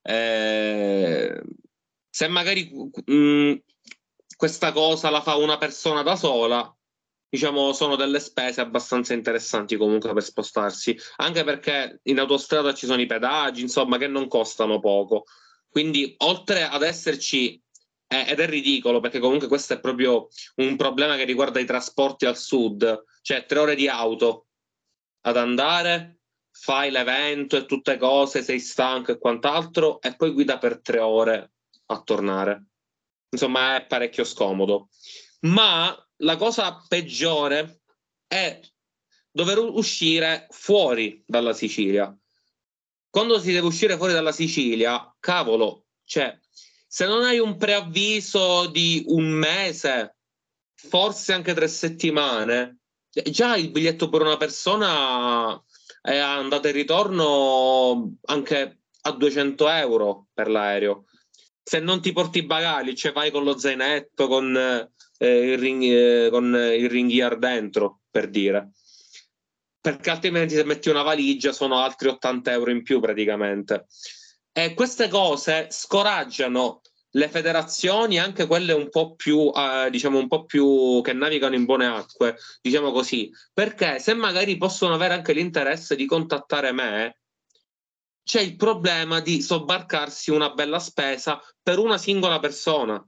eh, se magari mh, questa cosa la fa una persona da sola, diciamo sono delle spese abbastanza interessanti comunque per spostarsi, anche perché in autostrada ci sono i pedaggi, insomma, che non costano poco. Quindi oltre ad esserci, eh, ed è ridicolo perché comunque questo è proprio un problema che riguarda i trasporti al sud, cioè tre ore di auto ad andare, fai l'evento e tutte cose, sei stanco e quant'altro, e poi guida per tre ore a tornare. Insomma, è parecchio scomodo. Ma la cosa peggiore è dover uscire fuori dalla Sicilia. Quando si deve uscire fuori dalla Sicilia, cavolo, cioè, se non hai un preavviso di un mese, forse anche tre settimane, già il biglietto per una persona è andata e ritorno anche a duecento euro per l'aereo. Se non ti porti i bagagli, cioè vai con lo zainetto, con, eh, il, ring, eh, con il ringhier dentro, per dire. Perché altrimenti se metti una valigia sono altri ottanta euro in più praticamente. E queste cose scoraggiano le federazioni, anche quelle un po' più, eh, diciamo, un po' più che navigano in buone acque, diciamo così, perché se magari possono avere anche l'interesse di contattare me, c'è il problema di sobbarcarsi una bella spesa per una singola persona.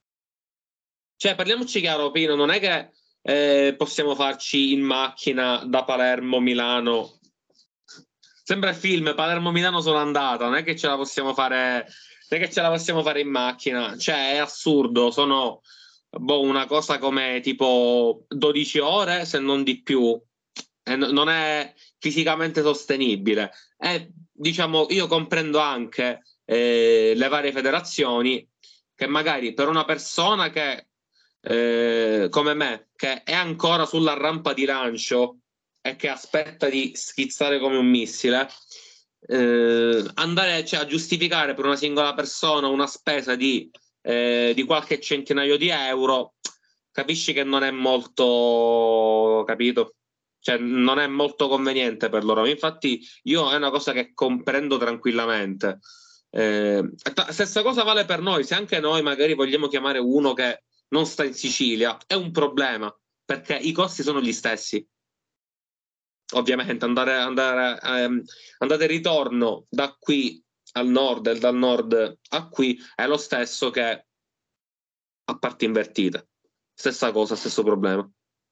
Cioè, parliamoci chiaro, Pino, non è che eh, possiamo farci in macchina da Palermo, Milano. Sembra il film, Palermo-Milano sono andata, non è che ce la possiamo fare, non è che ce la possiamo fare in macchina. Cioè, è assurdo, sono boh, una cosa come tipo dodici ore, se non di più. E n- non è fisicamente sostenibile. E diciamo, io comprendo anche eh, le varie federazioni che magari per una persona che eh, come me, che è ancora sulla rampa di lancio e che aspetta di schizzare come un missile, eh, andare cioè, a giustificare per una singola persona una spesa di, eh, di qualche centinaio di euro, capisci che non è molto, capito? Cioè, non è molto conveniente per loro. Infatti, io è una cosa che comprendo tranquillamente. Eh, t- stessa cosa vale per noi. Se anche noi magari vogliamo chiamare uno che non sta in Sicilia, è un problema perché i costi sono gli stessi. ovviamente andare, andare ehm, andate e ritorno da qui al nord e dal nord a qui è lo stesso che a parti invertite. Stessa cosa, stesso problema.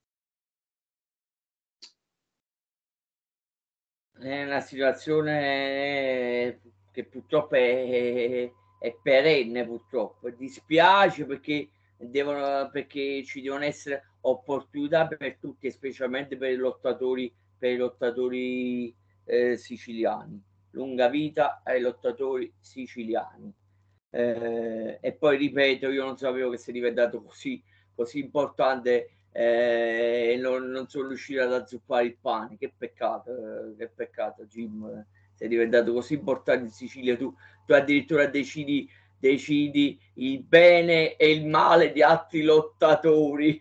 È una situazione che purtroppo è, è perenne, purtroppo. Dispiace perché devono, perché ci devono essere opportunità per tutti, specialmente per i lottatori, per i lottatori eh, siciliani. Lunga vita ai lottatori siciliani. Eh, e poi ripeto, io non sapevo che sia diventato così, così importante eh, e non, non sono riuscito ad azzuppare il pane. Che peccato, eh, che peccato, Jim. Sei diventato così importante in Sicilia, tu, tu addirittura decidi, decidi il bene e il male di altri lottatori.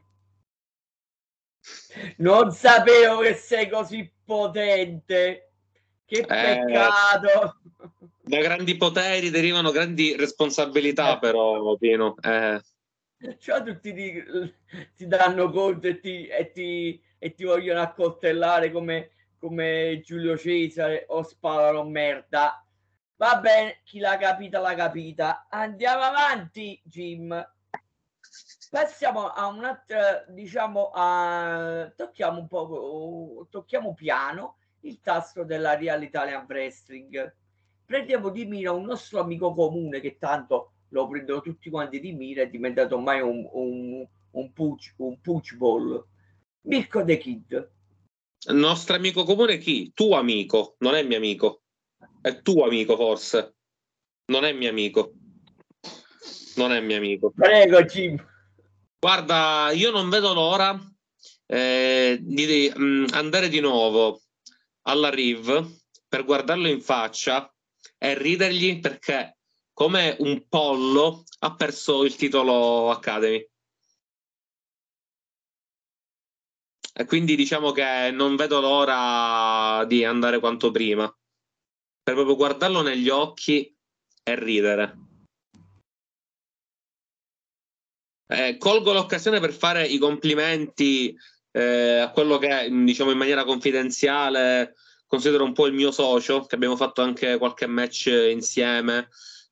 Non sapevo che sei così potente. Che Eh, peccato. da grandi poteri derivano grandi responsabilità, però, Pino. Eh. Cioè tutti ti, ti danno conto e ti, e, ti, e ti vogliono accoltellare come, come Giulio Cesare o sparano merda. Va bene, chi l'ha capita l'ha capita. Andiamo avanti, Jim. Passiamo a un'altra, diciamo, a... tocchiamo un po', tocchiamo piano il tasto della Real Italian Wrestling. Prendiamo di mira un nostro amico comune che tanto lo prendono tutti quanti di mira, è diventato ormai un, un, un, punch, un punch ball. Mirko The Kid. Il nostro amico comune chi? Tuo amico, non è mio amico. È tuo amico, forse. Non è mio amico. Non è mio amico. Prego, Jim. Guarda, io non vedo l'ora eh, di mh, andare di nuovo alla Riv per guardarlo in faccia e ridergli perché, come un pollo, ha perso il titolo Academy. E quindi diciamo che non vedo l'ora di andare quanto prima, per proprio guardarlo negli occhi e ridere. Eh, colgo l'occasione per fare i complimenti eh, a quello che, diciamo, in maniera confidenziale considero un po' il mio socio, che abbiamo fatto anche qualche match insieme,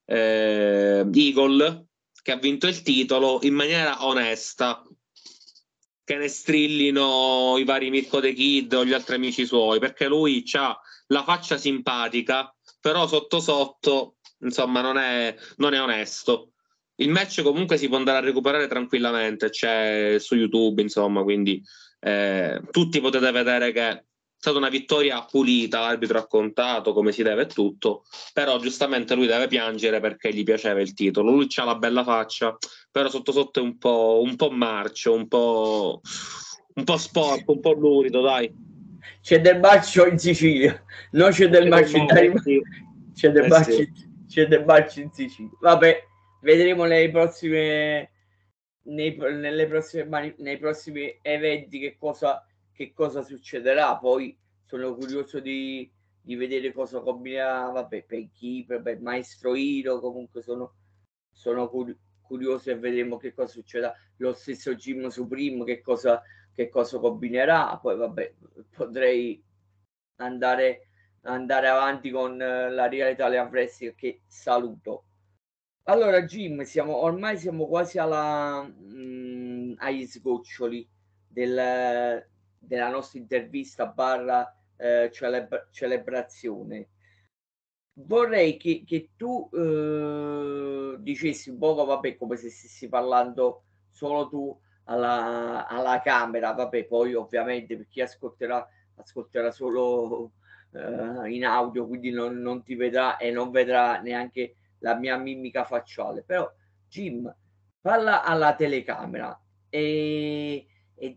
eh, Eagle, che ha vinto il titolo in maniera onesta, che ne strillino i vari Mirko The Kid o gli altri amici suoi, perché lui ha la faccia simpatica, però sotto sotto, insomma, non è, non è onesto. Il match comunque si può andare a recuperare tranquillamente, c'è su YouTube, insomma, quindi eh, tutti potete vedere che è stata una vittoria pulita, l'arbitro ha contato come si deve e tutto, però giustamente lui deve piangere perché gli piaceva il titolo. Lui ha la bella faccia, però sotto sotto è un po', un po' marcio, un po', un po' sporco, un po' lurido, dai. C'è del marcio in Sicilia, non c'è del marcio in Danimarca, c'è del marcio, c'è del marcio in Sicilia. Vabbè, vedremo nelle prossime, nei, nelle prossime, nei prossimi eventi che cosa, che cosa succederà. Poi sono curioso di, di vedere cosa combinerà, vabbè, Peacekeeper, per Maestro Hiro, comunque sono, sono curioso e vedremo che cosa succederà. Lo stesso Jim Supreme, che cosa, che cosa combinerà. Poi vabbè, potrei andare, andare avanti con la Real Italian Wrestling, che saluto. Allora Jim, siamo, ormai siamo quasi alla, mh, agli sgoccioli del, della nostra intervista barra eh, celebra- celebrazione. Vorrei che, che tu eh, dicessi un po', vabbè, come se stessi parlando solo tu alla, alla camera, vabbè, poi ovviamente per chi ascolterà, ascolterà solo eh, in audio, quindi non, non ti vedrà e non vedrà neanche la mia mimica facciale. Però Jim, parla alla telecamera e, e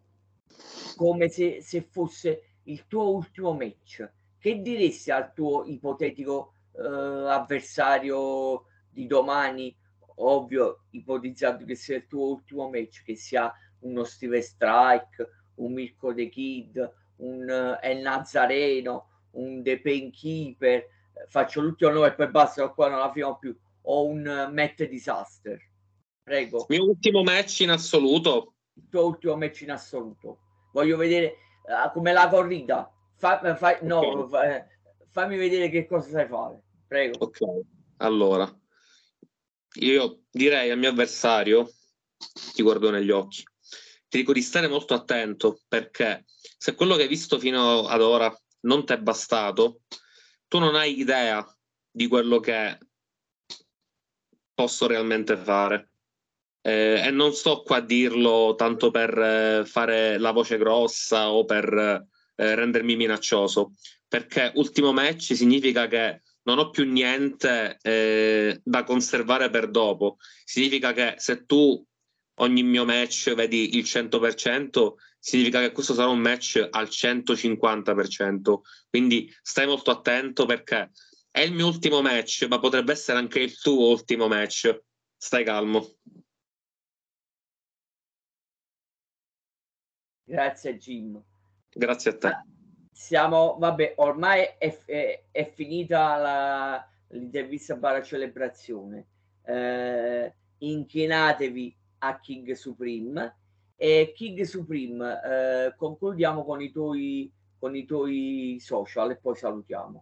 come se, se fosse il tuo ultimo match. Che diresti al tuo ipotetico eh, avversario di domani? Ovvio, ipotizzato che sia il tuo ultimo match, che sia uno Steve Strike, un Mirko The Kid, un uh, El Nazareno, un The Painkeeper, faccio l'ultimo nome e poi basta, qua non la finiamo più, o un uh, Matt Disaster. Prego. Il mio ultimo match in assoluto. Il tuo ultimo match in assoluto. Voglio vedere come la corrida. Fa, fa, no, okay. fa, fammi vedere che cosa sai fare, prego. Ok, allora, io direi al mio avversario, ti guardo negli occhi, ti dico di stare molto attento, perché se quello che hai visto fino ad ora non ti è bastato, tu non hai idea di quello che posso realmente fare. Eh, e non sto qua a dirlo tanto per eh, fare la voce grossa o per eh, rendermi minaccioso, perché ultimo match significa che non ho più niente eh, da conservare per dopo. Significa che se tu ogni mio match vedi il cento per cento, significa che questo sarà un match al centocinquanta per cento. Quindi stai molto attento, perché è il mio ultimo match, ma potrebbe essere anche il tuo ultimo match. Stai calmo. Grazie Jim. Grazie a te. Ah, siamo, vabbè, ormai è, è, è finita la, l'intervista barra celebrazione. Eh, inchinatevi a King Supreme e King Supreme, eh, concludiamo con i tuoi con i tuoi social e poi salutiamo.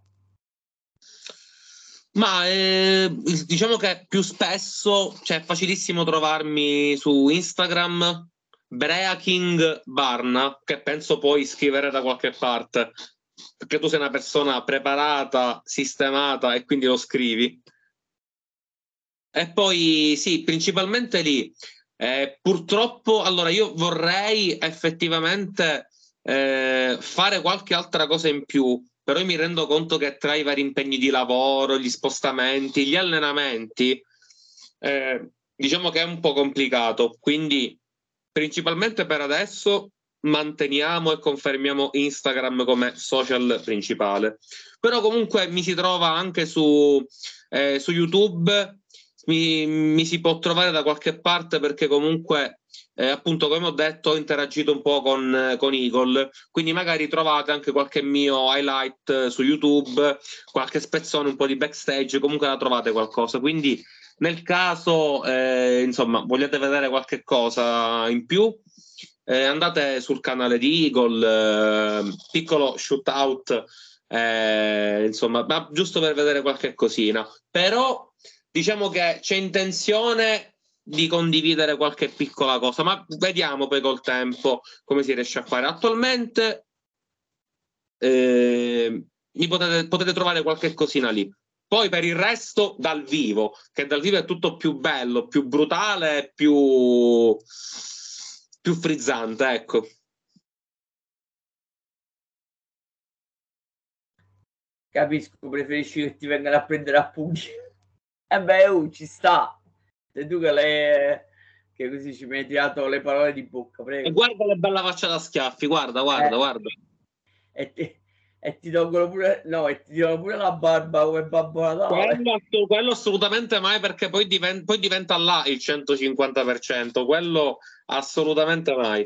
Ma eh, diciamo che più spesso, cioè è facilissimo trovarmi su Instagram, Breaking Barna, che penso puoi scrivere da qualche parte, perché tu sei una persona preparata, sistemata e quindi lo scrivi. E poi sì, principalmente lì. Eh, purtroppo, allora io vorrei effettivamente eh, fare qualche altra cosa in più, però io mi rendo conto che tra i vari impegni di lavoro, gli spostamenti, gli allenamenti, eh, diciamo che è un po' complicato. Quindi principalmente per adesso manteniamo e confermiamo Instagram come social principale. Però comunque mi si trova anche su, eh, su YouTube. Mi, mi si può trovare da qualche parte, perché comunque eh, appunto, come ho detto, ho interagito un po' con, con Eagle, quindi magari trovate anche qualche mio highlight su YouTube, qualche spezzone, un po' di backstage, comunque la trovate qualcosa. Quindi nel caso eh, insomma vogliate vedere qualche cosa in più, eh, andate sul canale di Eagle, eh, piccolo shootout, eh, insomma, ma giusto per vedere qualche cosina. Però diciamo che c'è intenzione di condividere qualche piccola cosa, ma vediamo poi col tempo come si riesce a fare. Attualmente eh, mi potete, potete trovare qualche cosina lì. Poi per il resto dal vivo, che dal vivo è tutto più bello, più brutale, più, più frizzante, ecco. Capisco, preferisci che ti vengano a prendere appunti. E eh beh, uh, ci sta. Sei tu che, le, che così ci mi hai tirato le parole di bocca, prego. E guarda che bella faccia da schiaffi, guarda, guarda, eh, guarda. E ti, e ti tolgono pure, no, e ti tirano pure la barba come Babbo Natale. Quello, quello assolutamente mai, perché poi, diven- poi diventa là il centocinquanta per cento, quello assolutamente mai.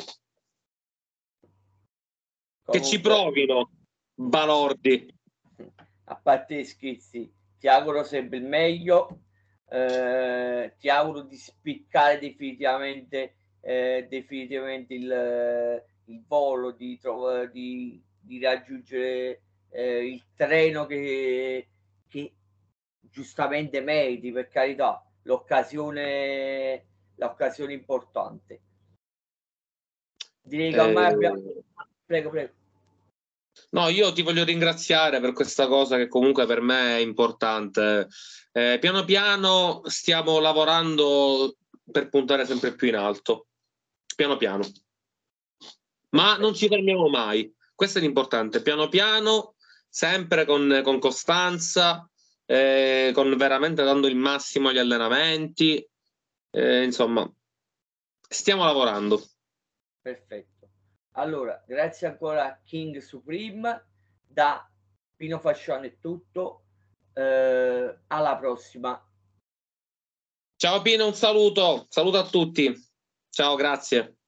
Che ci Comunque, provino, balordi. a parte gli scherzi, ti auguro sempre il meglio, eh, ti auguro di spiccare definitivamente, eh, definitivamente il, il volo, di, tro- di, di raggiungere eh, il treno che, che giustamente meriti, per carità, l'occasione, l'occasione importante. Direi che ormai Eh, abbiamo... Prego, prego. no, io ti voglio ringraziare per questa cosa che comunque per me è importante. Eh, piano piano stiamo lavorando per puntare sempre più in alto, piano piano. Ma non ci fermiamo mai, questo è l'importante, piano piano, sempre con, con costanza, eh, con veramente dando il massimo agli allenamenti, eh, insomma, stiamo lavorando. Perfetto. Allora, grazie ancora a King Supreme, da Pino Fascione è tutto, eh, alla prossima. Ciao Pino, un saluto, saluto a tutti, ciao, grazie.